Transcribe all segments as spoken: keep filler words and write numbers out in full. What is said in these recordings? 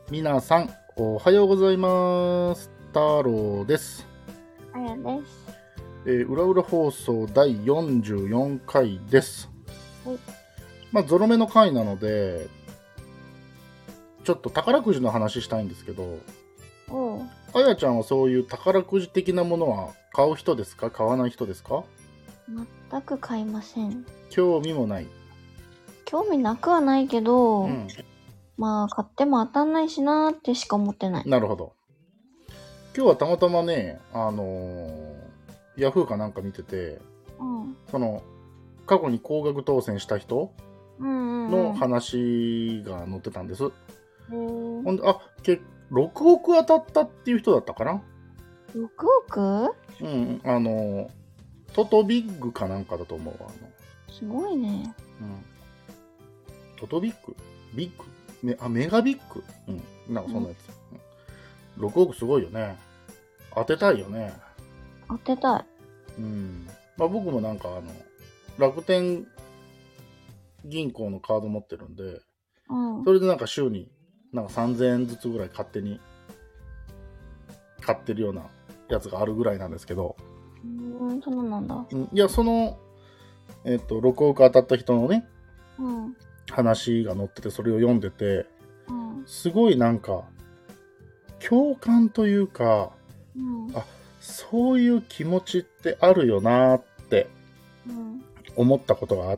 皆さんおはようございます。太郎です。 あやです。 えー、裏裏放送だいよんじゅうよんかいです。 はい。 まあゾロ目の回なのでちょっと宝くじの話したいんですけど、 おう。 あやちゃんはそういう宝くじ的なものは買う人ですか、買わない人ですか？ 全く買いません。 興味もない。 興味なくはないけど、 うん、 まあ買っても当たんないしなーってしか思ってない。 なるほど。今日はたまたまね、あのー、ヤフーかなんか見てて、 うん。 その過去に高額当選した人うんうんのうん。 話が載ってたんです。 へー。 ほんで、あ、けろくおく当たったっていう人だったかな。 ろくおく？ うん、あの、トトビッグかなんかだと思うわ。あのすごいね。 うん、トトビッグビッグメあ、メガビッグうん、なんかそんなやつ。うん、ろくおくすごいよね。当てたいよね。 当てたい。 うん。まあ僕もなんかあの、楽天銀行のカード持ってるんで、 うん。 それでなんか週になんかさんぜんえんずつぐらい勝手に買ってるようなやつがあるぐらいなんですけど、 うーん、そうなんだ。 うん、いや、その、えっと、ろくおく当たった人のね、 うん。 話が載ってて、それを読んでて、 うん。 すごいなんか、共感というか、 うん。 あ、そういう気持ちってあるよなってうん。 思ったことがあって、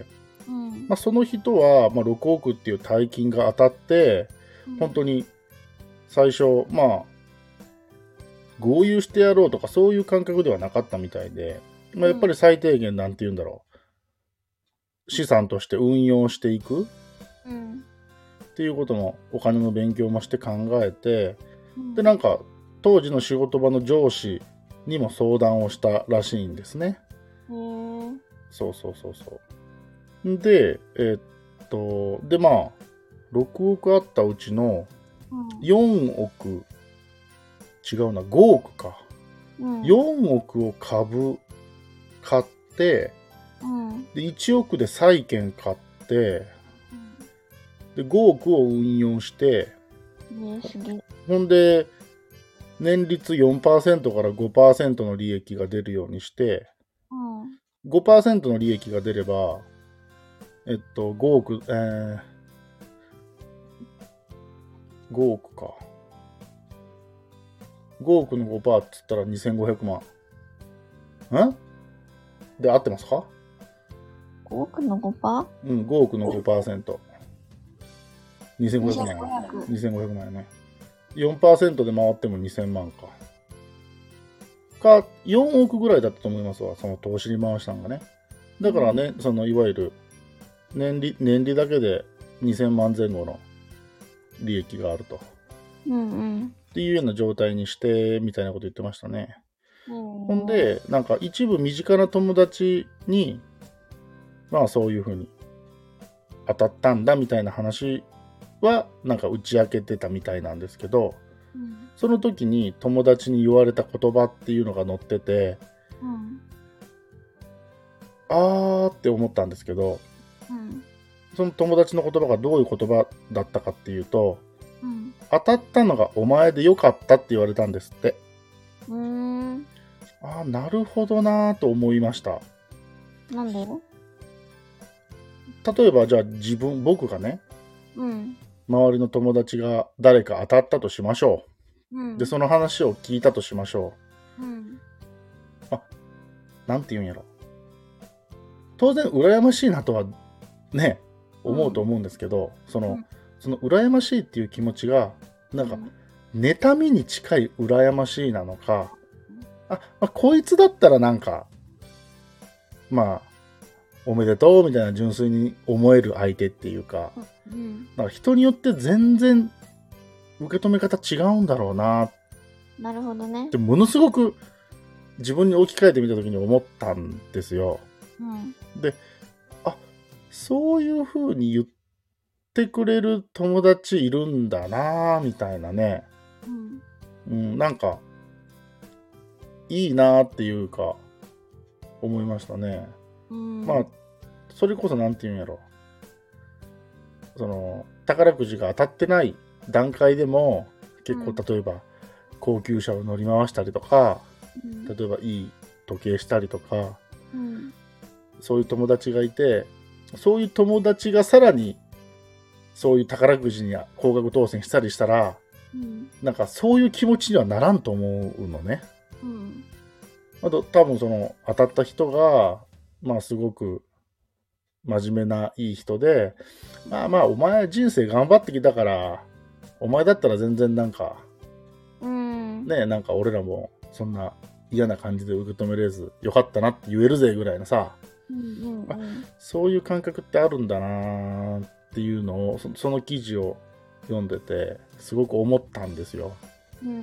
うん。 まあ、その人は、まあ、ろくおくっていう大金が当たって、本当に最初、まあ、豪遊してやろうとかそういう感覚ではなかったみたいで、まあ、やっぱり最低限なんて言うんだろう、資産として運用していくうんっていうことも、お金の勉強もして考えて、 うんでなんか当時の仕事場の上司にも相談をしたらしいんですね。 へー。 そうそうそうそう。で、えーっとでまあろくおくあったうちのうんよんおく、違うな、ごおくか、 うん。 よんおくを株買って、 うんでいちおくで債券買って、でごおくを運用して、 ね、すげえ。 ほんで年率 よんパーセント から ごパーセント の利益が出るようにして、 うん。 ごパーセント の利益が出れば、えっと、ごおく、えー、ごおくか。ごおくの ごパーセント っつったらにせんごひゃくまん。んで、合ってますか？ ごおくの ごパーセント？ うん、ごおくの ごパーセント。にせんごひゃくまん。 にせんごひゃく。 にせんごひゃくまんやね。よんパーセント で回ってもにせんまんか。か、よんおくぐらいだったと思いますわ。その投資に回したのがね。だからね、そのいわゆる年利、年利だけでにせんまんぜん後の利益があると。 うんうん。 っていうような状態にして、みたいなこと言ってましたね。 うん、 ほんで、なんか一部身近な友達に、まあそういうふうに当たったんだみたいな話は、なんか打ち明けてたみたいなんですけど、 うん、 その時に友達に言われた言葉っていうのが載ってて、 うん、 あーって思ったんですけど、 うん、 その友達の言葉がどういう言葉だったかっていうと、 うん。 当たったのがお前でよかったって言われたんですって。 うーん。 ああ、なるほどなーと思いました。 なんで？ 例えばじゃあ自分、僕がね、 うん。 周りの友達が誰か当たったとしましょう。 うん。 で、その話を聞いたとしましょうん。 う。あ、なんて言うんやろ。当然羨ましいなとはね、思うと思うんですけど、その、その羨ましいっていう気持ちが、なんか、妬みに近い羨ましいなのか、あ、まあ、こいつだったらなんか、まあ、おめでとうみたいな純粋に思える相手っていうか、 うん。 なんか人によって全然受け止め方違うんだろうなっなるほどね。 て、ものすごく自分に置き換えてみた時に思ったんですよ。 うん。 で、あ、そういう風に言ってくれる友達いるんだなみたいなね。 うん。 うん、なんか、いいなっていうか、思いましたね。 うん。 まあ、それこそなんて言うんやろ。その、宝くじが当たってない段階でも結構うん例えば高級車を乗り回したりとか、 うん例えばいい時計したりとか、 うんそういう友達がいて、そういう友達がさらにそういう宝くじに高額当選したりしたら、 うんなんかそういう気持ちにはならんと思うのね。 うんあと多分その当たった人がまあすごく真面目ないい人で、まあまあお前人生頑張ってきたからお前だったら全然なんかうんね、なんか俺らもそんな嫌な感じで受け止めれずよかったなって言えるぜぐらいのさ、 うんうんそういう感覚ってあるんだなーっていうのを そ, その記事を読んでてすごく思ったんですよ。 うん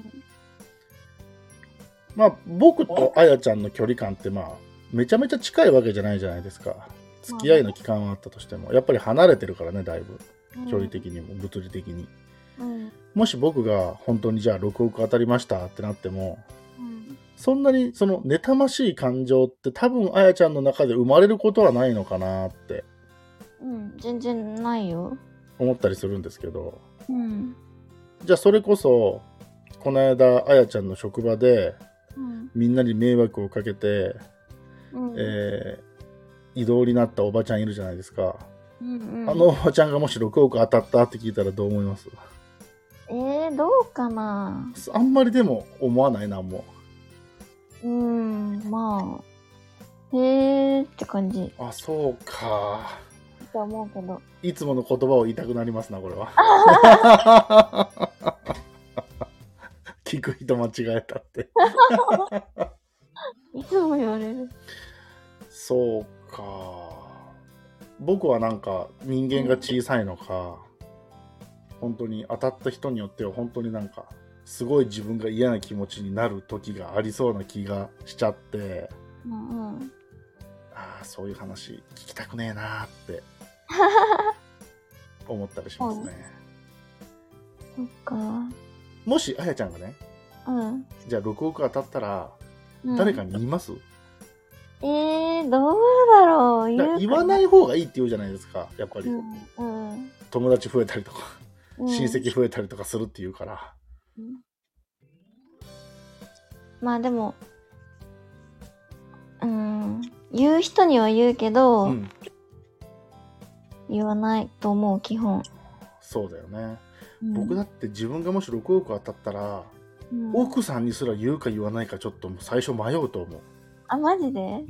まあ僕とあやちゃんの距離感ってまあめちゃめちゃ近いわけじゃないじゃないですか。付き合いの期間はあったとしてもやっぱり離れてるからね、だいぶ距離的にも物理的に。 うんもし僕が本当にじゃあろくおく当たりましたってなっても、 うんそんなにその妬ましい感情って多分あやちゃんの中で生まれることはないのかなってうん全然ないよ。 思ったりするんですけど、 うんじゃあそれこそこの間あやちゃんの職場でうんみんなに迷惑をかけて、 うんえー異動になったおばちゃんいるじゃないですか。 うんうんあのおばちゃんがもしろくおく当たったって聞いたらどう思います？ えー、どうかな。 あんまりでも思わないな、もうーん、まあ、へーって感じう。あ、そうか。 と思うけど。 いつもの言葉を言いたくなりますな、これは。聞く人間違えたって。 いつも言われる。 そうか。僕はなんか人間が小さいのか、本当に当たった人によっては本当になんかすごい自分が嫌な気持ちになる時がありそうな気がしちゃって、 うんうん。 ああそういう話聞きたくねえなーって思ったりしますね。 そっか。 もしあやちゃんがね、 うん。 じゃあろくおく当たったらうん、 誰かに言います？ えー、どうだろう。 だから言わないい方がいいって言うじゃないですか、やっぱり。 うんうん友達増えたりとか、 うん、 親戚増えたりとかするっていうから。 うんまあでも、うん、言う人には言うけど、 うん、 言わないと思う、基本。 そうだよね。 うん、 僕だって自分がもしろくおく当たったら、 うん奥さんにすら言うか言わないかちょっと最初迷うと思う。 あ、マジで？ うん。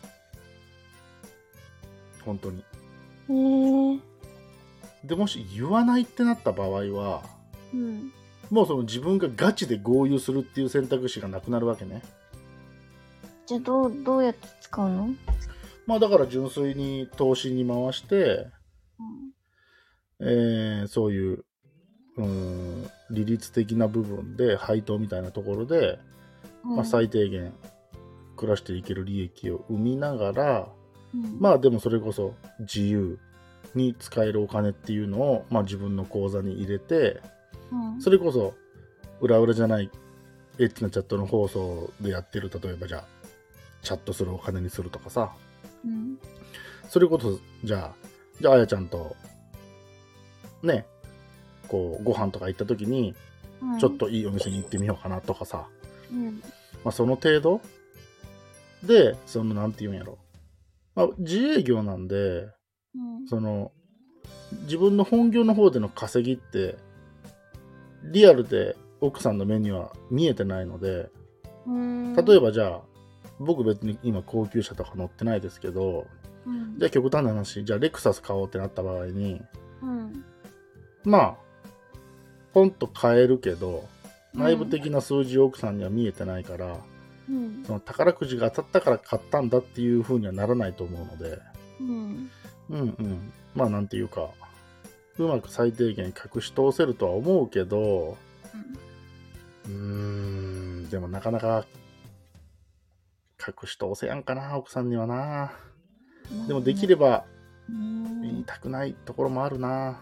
本当に。 へー。 でもし言わないってなった場合は、 うん。 もうその自分がガチで合流するっていう選択肢がなくなるわけね。 じゃあどう、どうやって使うの？ まあだから純粋に投資に回して、 うんえーそういううーん利率的な部分で配当みたいなところで、 うんまあ、最低限暮らしていける利益を生みながら、 うんまあでもそれこそ自由に使えるお金っていうのを、まあ、自分の口座に入れて、 うんそれこそ裏裏じゃないエッチなチャットの放送でやってる、例えばじゃあチャットするお金にするとかさ、 うんそれこそじゃあじゃああやちゃんとねこうご飯とか行った時にうんちょっといいお店に行ってみようかなとかさ、 うんまあ、その程度でそのなんて言うんやろ、まあ、自営業なんでうんその自分の本業の方での稼ぎってリアルで奥さんの目には見えてないので、 うん例えばじゃあ僕別に今高級車とか乗ってないですけど、 うんじゃあ極端な話、じゃあレクサス買おうってなった場合に、 うんまあポンと買えるけど内部的な数字を奥さんには見えてないから、 うんその宝くじが当たったから買ったんだっていう風にはならないと思うので、 うんうんうんまあなんていうかうまく最低限隠し通せるとは思うけど、うーんでもなかなか隠し通せやんかな奥さんにはな。でもできればうん言いたくないところもあるな。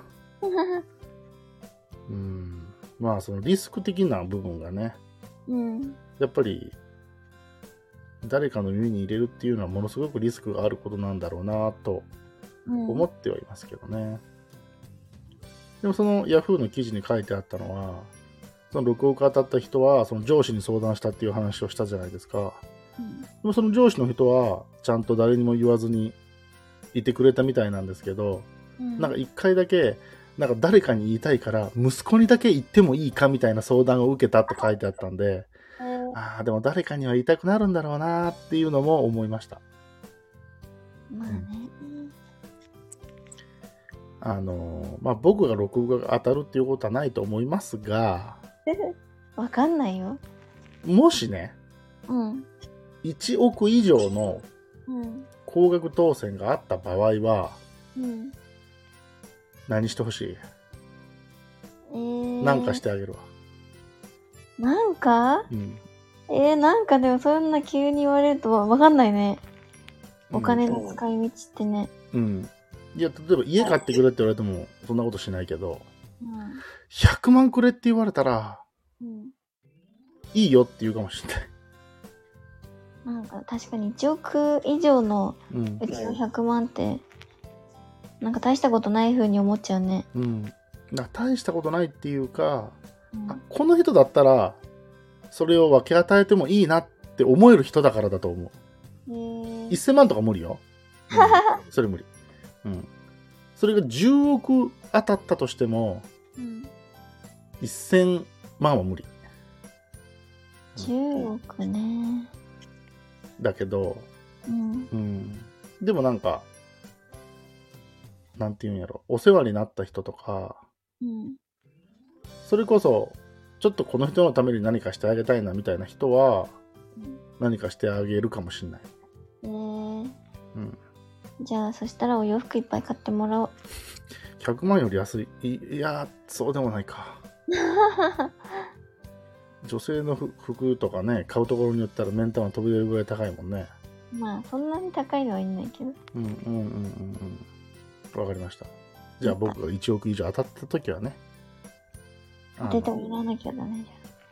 うんまあそのリスク的な部分がねうんやっぱり誰かの耳に入れるっていうのはものすごくリスクがあることなんだろうなとうん思ってはいますけどね。 でもそのヤフーの記事に書いてあったのは、そのろくおく当たった人はその上司に相談したっていう話をしたじゃないですか。 うん。 でもその上司の人はちゃんと誰にも言わずにいてくれたみたいなんですけど、 うん、 なんか一回だけなんか誰かに言いたいから息子にだけ言ってもいいかみたいな相談を受けたって書いてあったんで、ああでも誰かには言いたくなるんだろうなっていうのも思いました。 まあね。 あのまあ僕がろくおくが当たるっていうことはないと思いますが、 わかんないよ。 もしね、 うん。 いちおく以上のうん。 高額当選があった場合はうん。 何してほしい？ えー、 なんかしてあげるわ。 なんかうん。 えー、なんかでもそんな急に言われるとわかんないね。お金の使い道ってね。 うん。いや、例えば家買ってくれって言われてもそんなことしないけど、 うん。 ひゃくまんくれって言われたら、 うん。 いいよって言うかもしれない。 なんか確かにいちおく以上のうん。 うちのひゃくまんって、なんか大したことない風に思っちゃうね。 うん。だ大したことないっていうか、 うん、 あ、この人だったら、それを分け与えてもいいなって思える人だからだと思う。 へー。 せんまんとか無理よ。うん、それ無理。うん。それがじゅうおく当たったとしても、 うん、 せんまんは無理。 じゅうおくね。 だけど、 うん。 うん。でもなんか、なんていうんやろ、お世話になった人とか、 うん、 それこそ、ちょっとこの人のために何かしてあげたいなみたいな人は、 うん、 何かしてあげるかもしれない。 えー、 うん。 じゃあそしたらお洋服いっぱい買ってもらおう。 ひゃくまんより安い。い、いや、そうでもないか。女性の服とかね、買うところによったら目ん玉飛び出るぐらい高いもんね。 まあそんなに高いのはいないけど。 うんうんうんうんうん。わかりました。じゃあ僕がいちおく以上当たった時はね。 当ててもらわなきゃだね。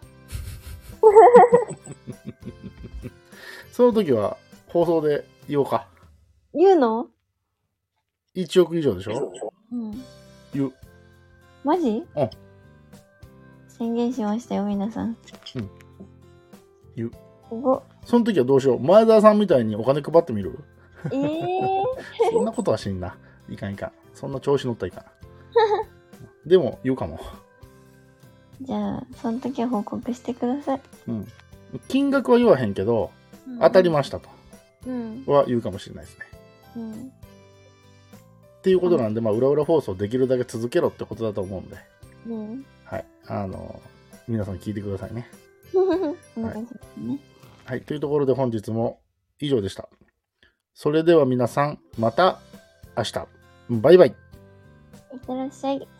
その時は放送で言おうか。 言うの？ いちおく以上でしょ？ うん。 言う。 マジ？ うん。 宣言しましたよ、皆さん。 うん。言う。 すごっ。 その時はどうしよう。前澤さんみたいにお金配ってみる？ ええー。 そんなことはしんな。いかんいかん。そんな調子乗ったらいかん。でも言うかも。 じゃあ、その時は報告してください。 うん。金額は言わへんけど、 うん、 当たりましたと。 うん。 は言うかもしれないですね。 うん。 っていうことなんで、まあ、裏裏放送できるだけ続けろってことだと思うんで。 うん。 はい。あの、皆さん聞いてくださいね。 お願いしますね。 はい。というところで本日も以上でした。それでは皆さん、また明日。バイバイ。 いってらっしゃい。